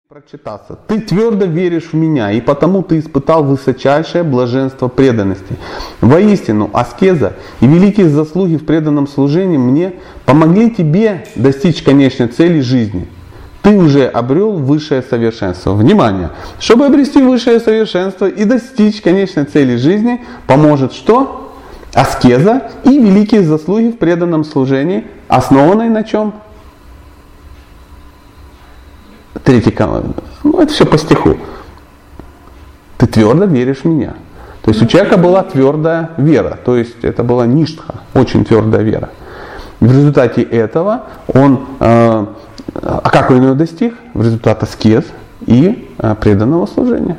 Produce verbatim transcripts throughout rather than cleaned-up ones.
Прочитаться. Ты твердо веришь в меня, и потому ты испытал высочайшее блаженство преданности. Воистину, аскеза и великие заслуги в преданном служении мне помогли тебе достичь конечной цели жизни. Ты уже обрел высшее совершенство. Внимание! Чтобы обрести высшее совершенство и достичь конечной цели жизни, поможет что? Аскеза и великие заслуги в преданном служении, основанные на чем? Третий команд. Ну, это все по стиху. Ты твердо веришь в меня. То есть у человека была твердая вера. То есть это была ништха, очень твердая вера. В результате этого он, э, а как он ее достиг? В результате аскез и э, преданного служения.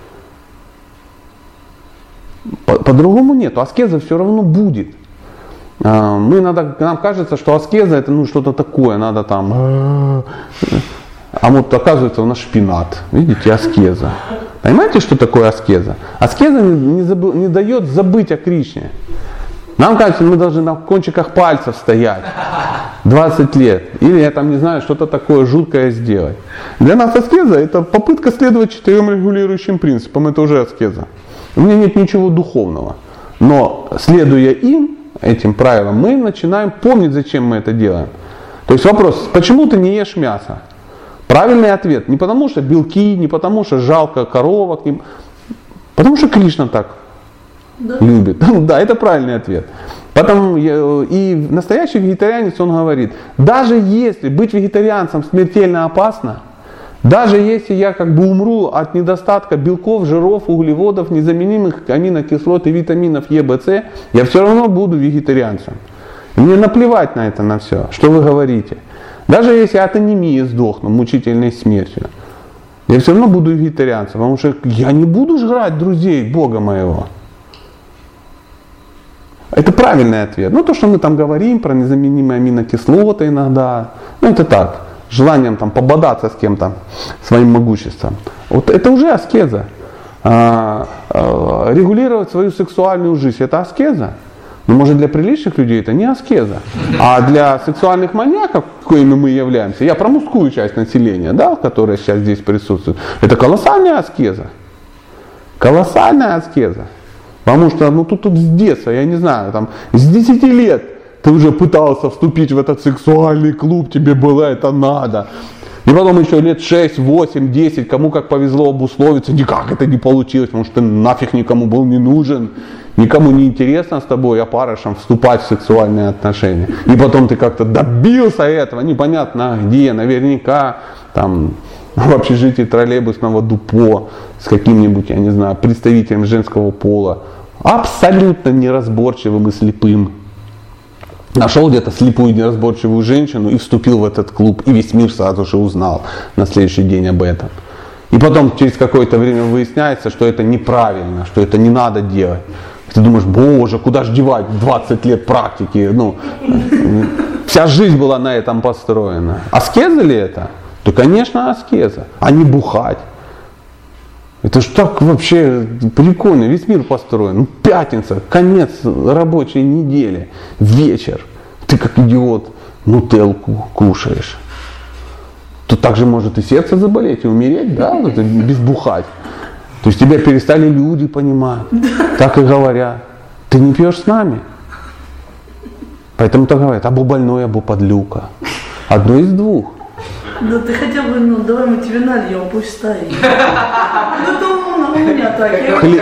По- По-другому нет. Аскеза все равно будет. Э, мы иногда, нам кажется, что аскеза это ну, что-то такое, надо там... А вот оказывается у нас шпинат. Видите, аскеза. Понимаете, что такое аскеза? Аскеза не, не, забы, не дает забыть о Кришне. Нам кажется, мы должны на кончиках пальцев стоять двадцать лет. Или я там не знаю, что-то такое жуткое сделать. Для нас аскеза это попытка следовать четырем регулирующим принципам. Это уже аскеза. У меня нет ничего духовного. Но следуя им, этим правилам, мы начинаем помнить, зачем мы это делаем. То есть вопрос, почему ты не ешь мясо? Правильный ответ. Не потому что белки, не потому что жалко коровок, не... потому что Кришна так да. любит. Да, это правильный ответ. Потом, и настоящий вегетарианец, он говорит, даже если быть вегетарианцем смертельно опасно, даже если я как бы умру от недостатка белков, жиров, углеводов, незаменимых аминокислот и витаминов Е, Б, С, я все равно буду вегетарианцем. И мне наплевать на это, на все, что вы говорите. Даже если от анемии сдохну мучительной смертью, я все равно буду вегетарианцем, потому что я не буду жрать друзей Бога моего. Это правильный ответ. Ну, то, что мы там говорим про незаменимые аминокислоты иногда, ну, это так, желанием там пободаться с кем-то, своим могуществом. Вот это уже аскеза. А, а, регулировать свою сексуальную жизнь, это аскеза. Но может для приличных людей это не аскеза. А для сексуальных маньяков, коими мы являемся, я про мужскую часть населения, да, которая сейчас здесь присутствует, это колоссальная аскеза. Колоссальная аскеза. Потому что ну тут, тут с детства, я не знаю, там с десяти лет ты уже пытался вступить в этот сексуальный клуб, тебе было это надо. И потом еще лет шесть, восемь, десять, кому как повезло обусловиться, никак это не получилось, потому что ты нафиг никому был не нужен. Никому не интересно с тобой, опарышем, вступать в сексуальные отношения. И потом ты как-то добился этого, непонятно где, наверняка там в общежитии троллейбусного депо с каким-нибудь, я не знаю, представителем женского пола, абсолютно неразборчивым и слепым. Нашел где-то слепую неразборчивую женщину и вступил в этот клуб, и весь мир сразу же узнал на следующий день об этом. И потом через какое-то время выясняется, что это неправильно, что это не надо делать. Ты думаешь, боже, куда ж девать двадцать лет практики? Ну, вся жизнь была на этом построена. Аскеза ли это? Да, конечно, аскеза. А не бухать. Это ж так вообще прикольно. Весь мир построен. Ну, пятница, конец рабочей недели, вечер. Ты как идиот нутелку кушаешь. Тут также может и сердце заболеть, и умереть, да, без бухать. То есть тебя перестали люди понимать. Так и говорят. Ты не пьешь с нами. Поэтому так говорят, або больной, або подлюка. Одно из двух. Ну ты хотя бы, ну давай мы тебе нальем, пусть стоит. Ну то у меня так.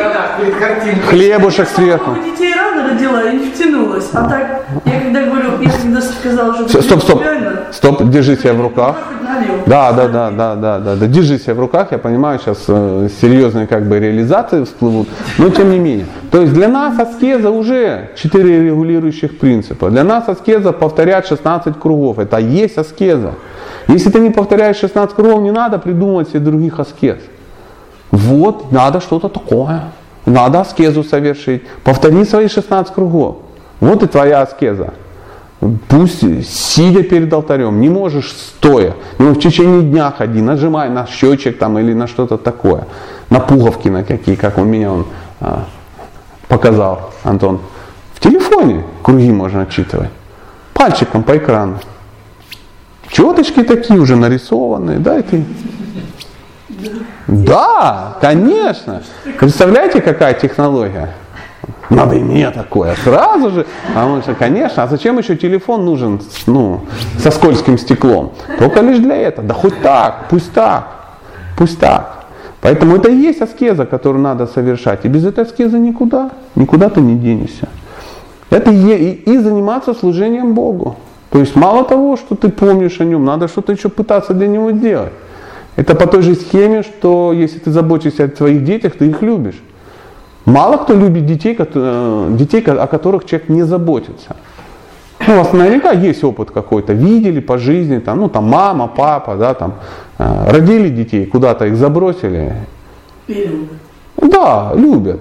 Хлебушек сверху. Детей рано родила и не втянулась. А так, я когда говорю, я когда сказала, что стоп, стоп, стоп, стоп, держи себя в руках. Да, да, да, да, да, да, да, держи себя в руках, я понимаю, сейчас э, серьезные как бы реализации всплывут, но тем не менее. То есть для нас аскеза уже четыре регулирующих принципа. Для нас аскеза повторять шестнадцать кругов, это есть аскеза. Если ты не повторяешь шестнадцать кругов, не надо придумывать себе других аскез. Вот, надо что-то такое, надо аскезу совершить, повтори свои шестнадцать кругов. Вот и твоя аскеза. Пусть сидя перед алтарем, не можешь стоя, но в течение дня ходи, нажимай на счетчик там или на что-то такое, на пуговки на какие, как у меня он а, показал, Антон. В телефоне круги можно отчитывать, пальчиком по экрану. Четочки такие уже нарисованные, да, и ты Да, конечно. Представляете, какая технология? Надо и мне такое. Сразу же. А он же, конечно, а зачем еще телефон нужен, ну, со скользким стеклом? Только лишь для этого. Да хоть так, пусть так, пусть так. Поэтому это и есть аскеза, которую надо совершать. И без этой аскезы никуда, никуда ты не денешься. Это и, и заниматься служением Богу. То есть мало того, что ты помнишь о нем, надо что-то еще пытаться для него делать. Это по той же схеме, что если ты заботишься о своих детях, ты их любишь. Мало кто любит детей, детей, о которых человек не заботится. Ну, у вас наверняка есть опыт какой-то, видели по жизни, там, ну, там мама, папа, да, там, родили детей, куда-то их забросили. Любят. Да, любят.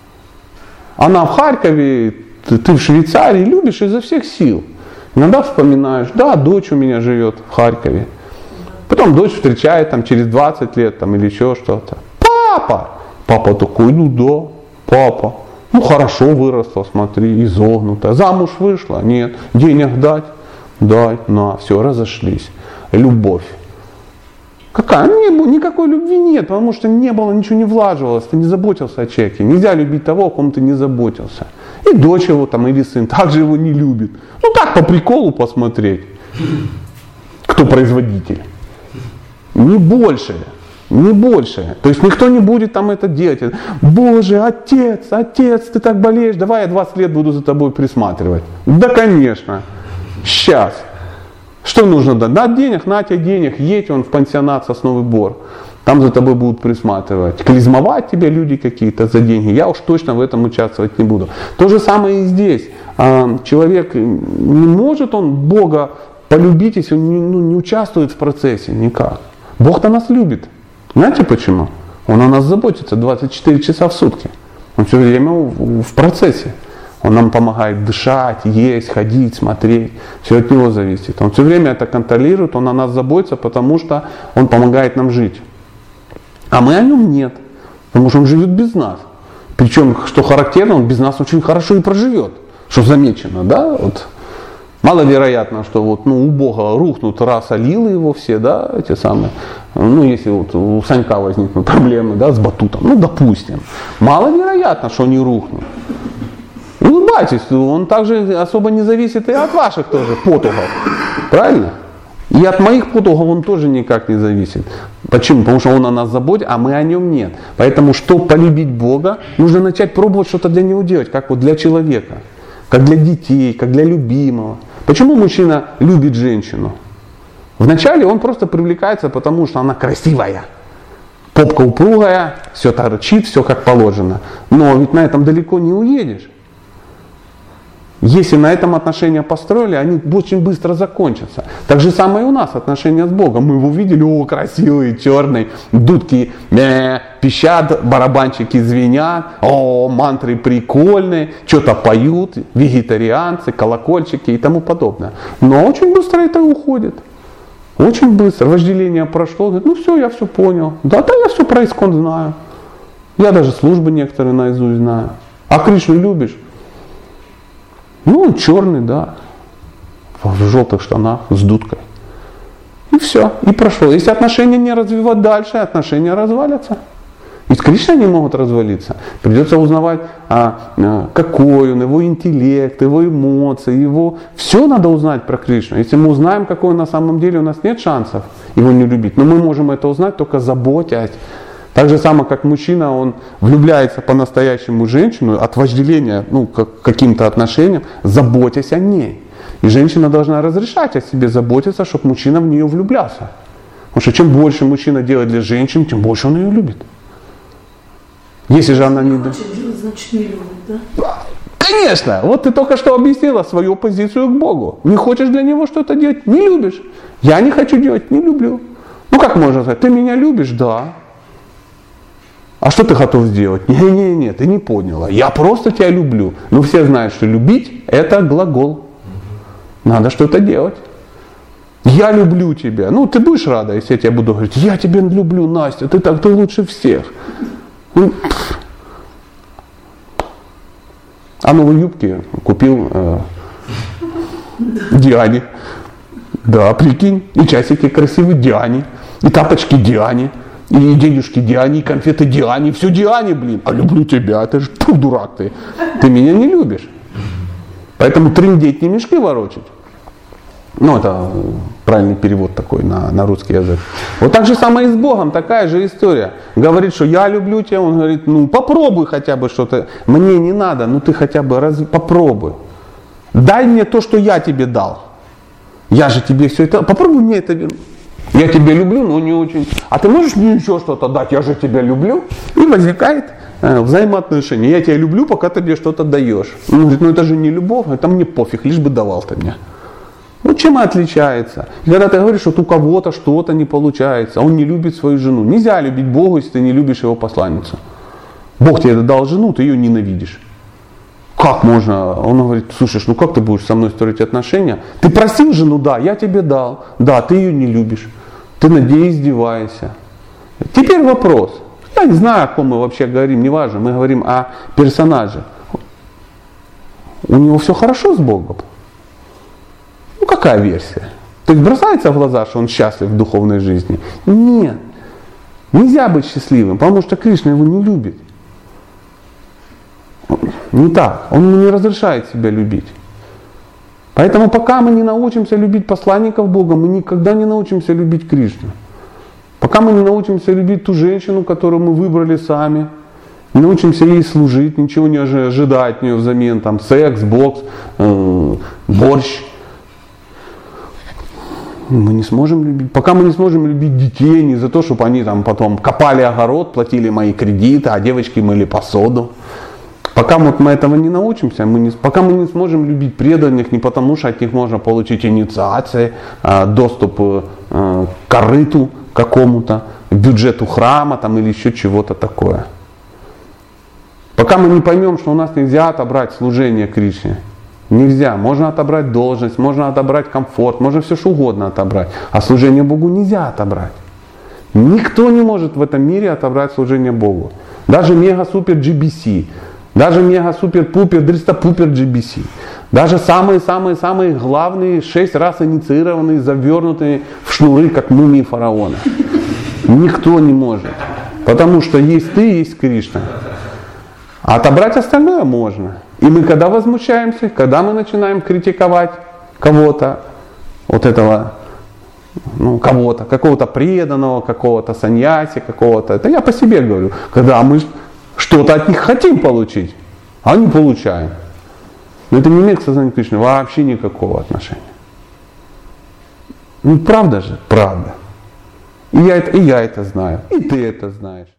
Она в Харькове, ты, ты в Швейцарии, любишь изо всех сил. Иногда вспоминаешь, да, дочь у меня живет в Харькове. Потом дочь встречает там, через двадцать лет там, или еще что-то. Папа! Папа такой, ну да, папа. Ну хорошо выросла, смотри, изогнутая. Замуж вышла? Нет. Денег дать? Дай, на, все, разошлись. Любовь. Какая? Не, никакой любви нет, потому что не было, ничего не влаживалось, ты не заботился о человеке. Нельзя любить того, о ком ты не заботился. И дочь его там, или сын также его не любит. Ну так, по приколу посмотреть, кто производитель. Не больше. Не больше. То есть никто не будет там это делать. Боже, отец, отец, ты так болеешь, давай я двадцать лет буду за тобой присматривать. Да, конечно. Сейчас. Что нужно дать? Дать денег, на тебе денег, едь он в пансионат Сосновый Бор. Там за тобой будут присматривать. Клизмовать тебя люди какие-то за деньги. Я уж точно в этом участвовать не буду. То же самое и здесь. Человек не может он Бога полюбить, если он не, ну, не участвует в процессе никак. Бог-то нас любит. Знаете почему? Он о нас заботится двадцать четыре часа в сутки. Он все время в, в процессе. Он нам помогает дышать, есть, ходить, смотреть. Все от него зависит. Он все время это контролирует, он о нас заботится, потому что он помогает нам жить. А мы о нем нет. Потому что он живет без нас. Причем, что характерно, он без нас очень хорошо и проживет. Что замечено, да? Вот. Маловероятно, что вот, ну, у Бога рухнут раз олилы его все, да, эти самые. Ну, если вот у Санька возникнут проблемы, да, с батутом, ну, допустим. Маловероятно, что они рухнут. Улыбайтесь, он также особо не зависит и от ваших тоже потугов. Правильно? И от моих потугов он тоже никак не зависит. Почему? Потому что он о нас заботится, а мы о нем нет. Поэтому, чтобы полюбить Бога, нужно начать пробовать что-то для него делать, как вот для человека. Как для детей, как для любимого. Почему мужчина любит женщину? Вначале он просто привлекается, потому что она красивая. Попка упругая, все торчит, все как положено. Но ведь на этом далеко не уедешь. Если на этом отношения построили, они очень быстро закончатся. Так же самое и у нас отношения с Богом. Мы его увидели, о, красивый, черный, дудки мя, пищат, барабанчики звенят, о, мантры прикольные, что-то поют, вегетарианцы, колокольчики и тому подобное. Но очень быстро это уходит. Очень быстро. Вожделение прошло, говорит, ну все, я все понял. Да, да, я все про искон знаю. Я даже службы некоторые наизусть знаю. А Кришну любишь? Ну, он черный, да, в желтых штанах, с дудкой. И все, и прошло. Если отношения не развивать дальше, отношения развалятся. И с Кришной они могут развалиться. Придется узнавать, а, а, какой он, его интеллект, его эмоции, его... Все надо узнать про Кришну. Если мы узнаем, какой он на самом деле, у нас нет шансов его не любить. Но мы можем это узнать, только заботясь. Так же самое, как мужчина, он влюбляется по-настоящему в женщину от вожделения, ну, к каким-то отношениям, заботясь о ней. И женщина должна разрешать о себе заботиться, чтобы мужчина в нее влюблялся. Потому что чем больше мужчина делает для женщин, тем больше он ее любит. Если же она не... Не хочет делать, значит не любит, да? Конечно! Вот ты только что объяснила свою позицию к Богу. Не хочешь для него что-то делать? Не любишь. Я не хочу делать, не люблю. Ну как можно сказать? Ты меня любишь? Да. А что ты готов сделать? Не-не-не, ты не поняла. Я просто тебя люблю. Ну все знают, что любить это глагол. Надо что-то делать. Я люблю тебя. Ну ты будешь рада, если я тебе буду говорить, я тебя люблю, Настя, ты так, ты лучше всех. Ну, а новые юбки купил э, Диане. Да, прикинь. И часики красивые Диане. И тапочки Диане. И денежки Диане, и конфеты Диане, все Диане, блин. А люблю тебя, ты же пу, дурак ты. Ты меня не любишь. Поэтому трындеть не мешки ворочать. Ну, это правильный перевод такой на, на русский язык. Вот так же самое и с Богом, такая же история. Говорит, что я люблю тебя, он говорит, ну попробуй хотя бы что-то. Мне не надо, ну ты хотя бы раз, попробуй. Дай мне то, что я тебе дал. Я же тебе все это, попробуй мне это вернуть. Я тебя люблю, но не очень. А ты можешь мне еще что-то дать? Я же тебя люблю. И возникает э, взаимоотношения. Я тебя люблю, пока ты мне что-то даешь. Он говорит, ну это же не любовь, это мне пофиг, лишь бы давал ты мне. Ну чем отличается? И когда ты говоришь, что у кого-то что-то не получается, он не любит свою жену. Нельзя любить Бога, если ты не любишь его посланницу. Бог тебе дал жену, ты ее ненавидишь. Как можно? Он говорит, слушай, ну как ты будешь со мной строить отношения? Ты просил жену, да, я тебе дал. Да, ты ее не любишь. Ты над ней издеваешься. Теперь вопрос. Я не знаю, о ком мы вообще говорим, неважно. Мы говорим о персонаже. У него все хорошо с Богом? Ну какая версия? То есть бросается в глаза, что он счастлив в духовной жизни? Нет. Нельзя быть счастливым, потому что Кришна его не любит. Не так. Он ему не разрешает себя любить. Поэтому пока мы не научимся любить посланников Бога, мы никогда не научимся любить Кришну. Пока мы не научимся любить ту женщину, которую мы выбрали сами, не научимся ей служить, ничего не ожидать от нее взамен, там, секс, бокс, э, борщ, мы не сможем любить. Пока мы не сможем любить детей не за то, чтобы они там потом копали огород, платили мои кредиты, а девочки мыли посуду. Пока вот мы этого не научимся, мы не, пока мы не сможем любить преданных, не потому что от них можно получить инициации, доступ к корыту какому-то, к бюджету храма там, или еще чего-то такое. Пока мы не поймем, что у нас нельзя отобрать служение Кришне. Нельзя. Можно отобрать должность, можно отобрать комфорт, можно все что угодно отобрать. А служение Богу нельзя отобрать. Никто не может в этом мире отобрать служение Богу. Даже мега-супер джи би си. Даже мега-супер-пупер, дристопупер джи би си. Даже самые-самые-самые главные, шесть раз инициированные, завернутые в шнуры, как мумии фараона. Никто не может. Потому что есть ты, есть Кришна. А отобрать остальное можно. И мы когда возмущаемся, когда мы начинаем критиковать кого-то, вот этого, ну, кого-то, какого-то преданного, какого-то саньяси, какого-то, это я по себе говорю, когда мы что-то от них хотим получить, а не получаем. Но это не имеет к сознанию Кришны вообще никакого отношения. Ну правда же? Правда. И я это, и я это знаю, и ты это знаешь.